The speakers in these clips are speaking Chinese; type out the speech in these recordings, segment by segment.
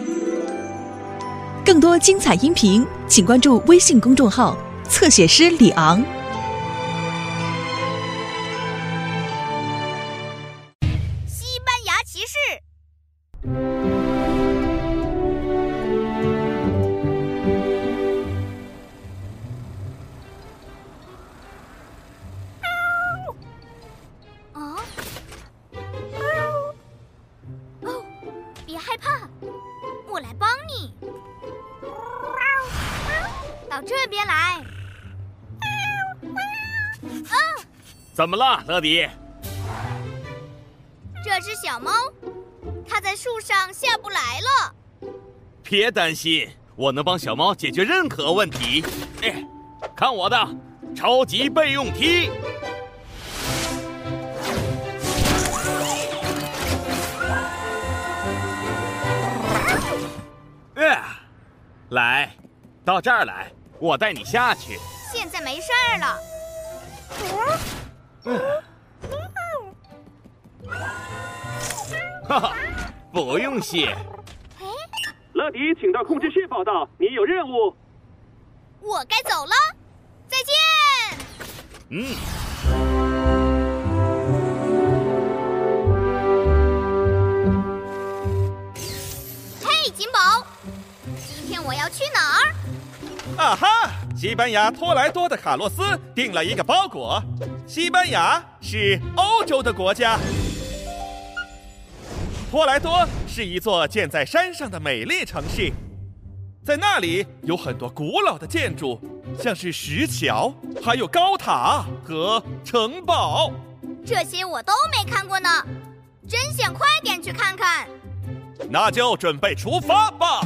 更多精彩音频，请关注微信公众号“侧写师李昂”。 西班牙骑士。别害怕，我来帮你。到这边来。 怎么了，乐迪？ 这只小猫，它在树上下不来了。 别担心，我能帮小猫解决任何问题。看我的超级备用踢！来，到这儿来，我带你下去。 现在没事儿了。 哈哈，不用谢。 乐迪，请到控制室报道，你有任务。 我该走了，再见。嘿，锦宝，今天我要去哪儿？ 啊哈！西班牙托莱多的卡洛斯订了一个包裹。西班牙是欧洲的国家。托莱多是一座建在山上的美丽城市，在那里有很多古老的建筑，像是石桥，还有高塔和城堡。 这些我都没看过呢，真想快点去看看。 那就准备出发吧。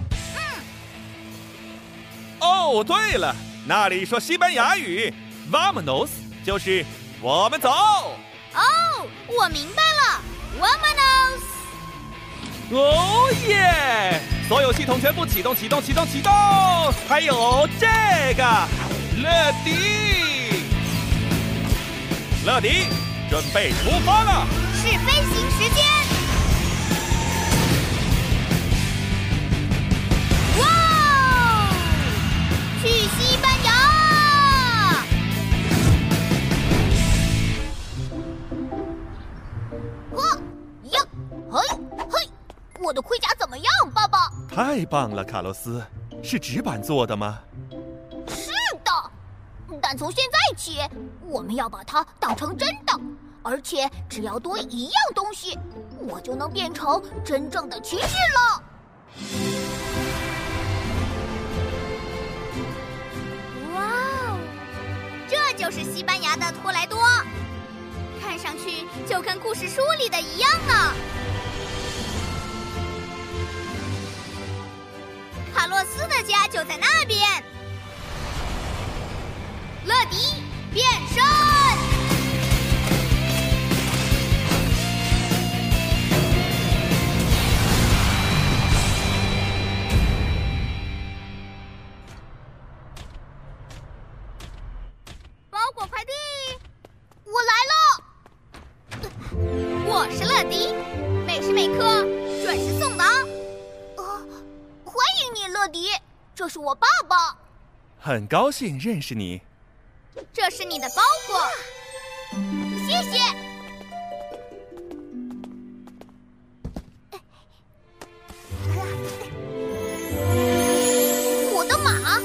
哦，对了，那里说西班牙语 ，Vámonos 就是我们走。 哦，我明白了 ，Vámonos。 哦耶！所有系统全部启动！还有这个，乐迪，准备出发了。 是飞行时间。哇！去西班牙！嘿，我的盔甲怎么样，爸爸？ 太棒了，卡洛斯，是纸板做的吗？ 是的，但从现在起，我们要把它当成真的，而且只要多一样东西，我就能变成真正的骑士了。哇哦，这就是西班牙的托莱多，看上去就跟故事书里的一样呢。卡洛斯的家就在那边。乐迪变身，包裹快递，我来了。我是乐迪，每时每刻准时送达。欢迎你，乐迪，这是我爸爸。 很高兴认识你。 这是你的包裹，谢谢。我的马，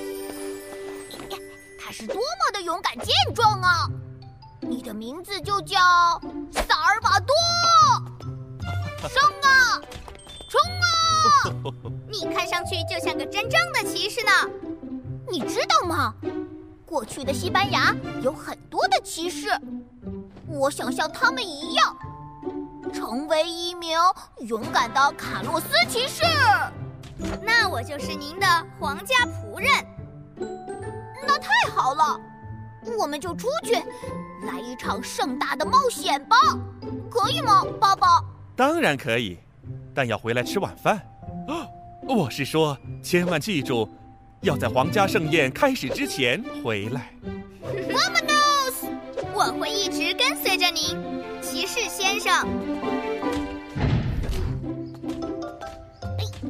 它是多么的勇敢健壮啊！你的名字就叫萨尔瓦多。上啊，冲啊！你看上去就像个真正的骑士呢。你知道吗？过去的西班牙有很多的骑士，我想像他们一样，成为一名勇敢的卡洛斯骑士。那我就是您的皇家仆人。那太好了，我们就出去来一场盛大的冒险吧，可以吗，爸爸？ 当然可以，但要回来吃晚饭。我是说，千万记住，要在皇家盛宴开始之前回来。 Vámonos！ 我会一直跟随着您，骑士先生。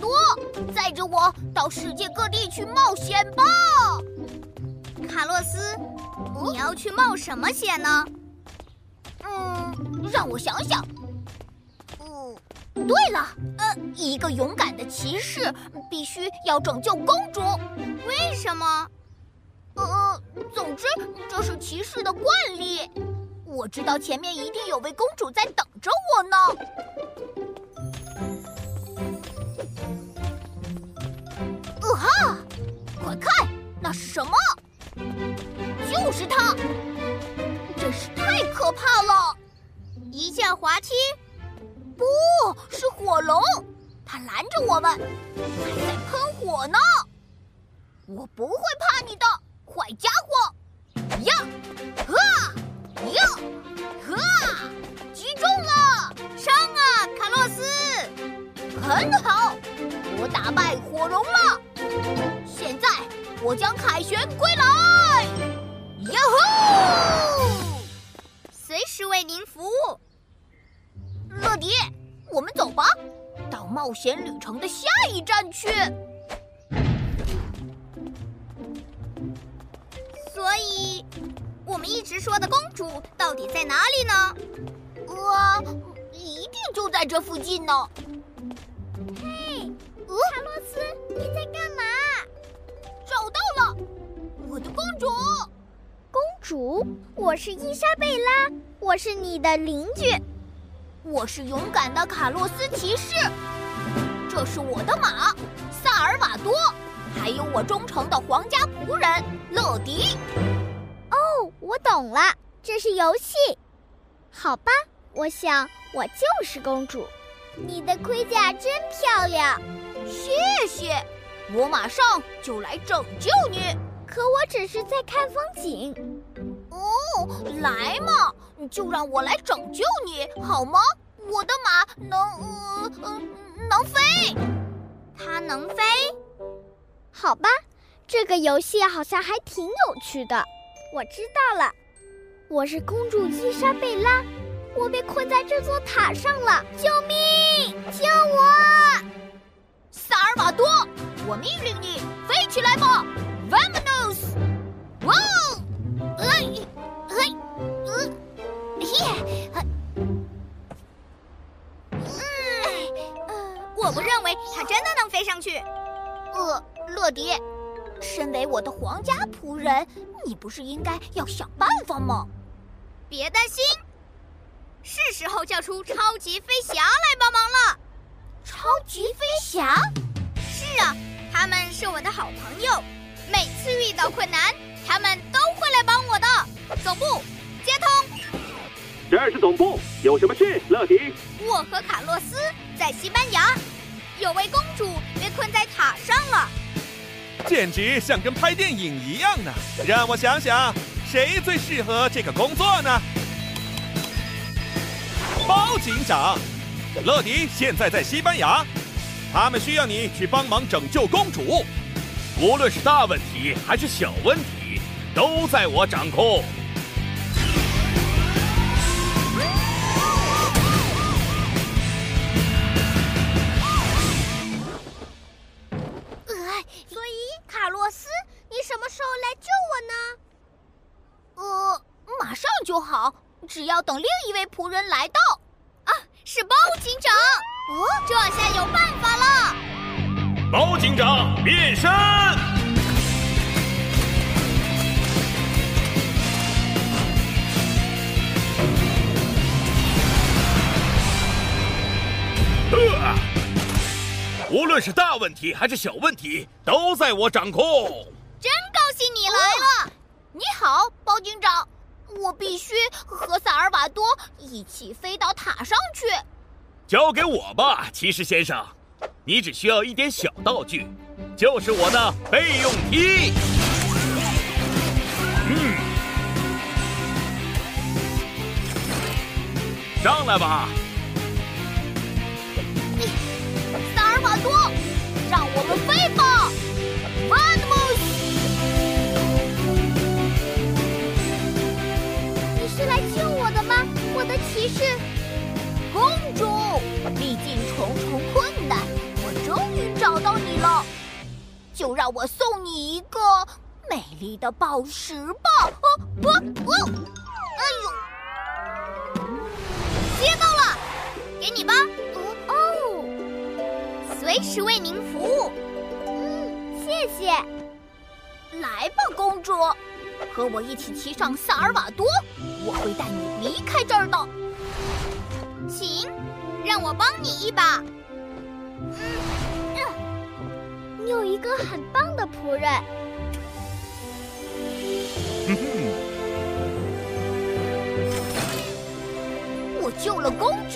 多，载着我到世界各地去冒险吧！ 卡洛斯，你要去冒什么险呢？ 让我想想。对了，一个勇敢的骑士必须要拯救公主。 为什么？ 总之这是骑士的惯例。我知道前面一定有位公主在等着我呢。哈！快看，那是什么？就是它！真是太可怕了！ 一架滑梯？ 不是火龙，它拦着我们，还在喷火呢。我不会怕你的，坏家伙！呀，呀，击中了！ 上啊，卡洛斯！ 很好，我打败火龙了。现在我将凯旋归来！呀吼！ 随时为您服务。 乐迪，我们走吧，到冒险旅程的下一站去。 所以，我们一直说的公主到底在哪里呢？ 一定就在这附近呢。 嘿，卡洛斯，你在干嘛？ 找到了，我的公主。 公主，我是伊莎贝拉，我是你的邻居。 我是勇敢的卡洛斯骑士，这是我的马萨尔瓦多，还有我忠诚的皇家仆人乐迪。 哦，我懂了，这是游戏。好吧，我想我就是公主。你的盔甲真漂亮， 谢谢，我马上就来拯救你。 可我只是在看风景。 来嘛，就让我来拯救你好吗？我的马能飞， 它能飞？好吧，这个游戏好像还挺有趣的。我知道了，我是公主伊莎贝拉，我被困在这座塔上了，救命！救我！ 萨尔瓦多，我命令你飞起来吧 ，Vamonos！ 哇！ 我不认为它真的能飞上去。 乐迪，身为我的皇家仆人，你不是应该要想办法吗？ 别担心，是时候叫出超级飞侠来帮忙了。 超级飞侠？ 是啊，他们是我的好朋友，每次遇到困难，他们都会来帮我的。总部接通， 这儿是总部，有什么事，乐迪？ 我和卡洛斯在西班牙，有位公主被困在塔上了， 简直像跟拍电影一样呢。让我想想，谁最适合这个工作呢？包警长，乐迪现在在西班牙，他们需要你去帮忙拯救公主。 无论是大问题还是小问题，都在我掌控。 所以卡洛斯，你什么时候来救我呢？马上就好，只要等另一位仆人来到。 啊，是包警长！这下有办法了。 包警长变身！无论是大问题还是小问题，都在我掌控。 真高兴你来了！ 你好，包警长，我必须和萨尔瓦多一起飞到塔上去。 交给我吧，骑士先生，你只需要一点小道具，就是我的备用梯。上来吧。 萨尔瓦多，让我们飞吧 ！Vamos！ 你是来救我的吗，我的骑士？ 公主，历尽重重困难，我终于就让我送你一个美丽的宝石吧！哎呦，接到了，给你吧。随时为您服务。 谢谢。 来吧，公主，和我一起骑上萨尔瓦多，我会带你离开这儿的。请，让我帮你一把。 你有一个很棒的仆人。 我救了公主。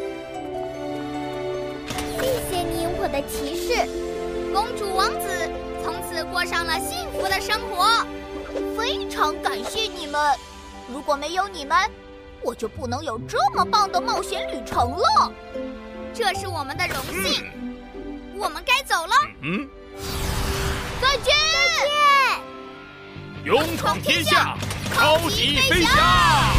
谢谢你，我的骑士。 公主王子从此过上了幸福的生活。非常感谢你们，如果没有你们，我就不能有这么棒的冒险旅程了。这是我们的荣幸。我们该走了。再见。 勇闯天下，超级飞侠。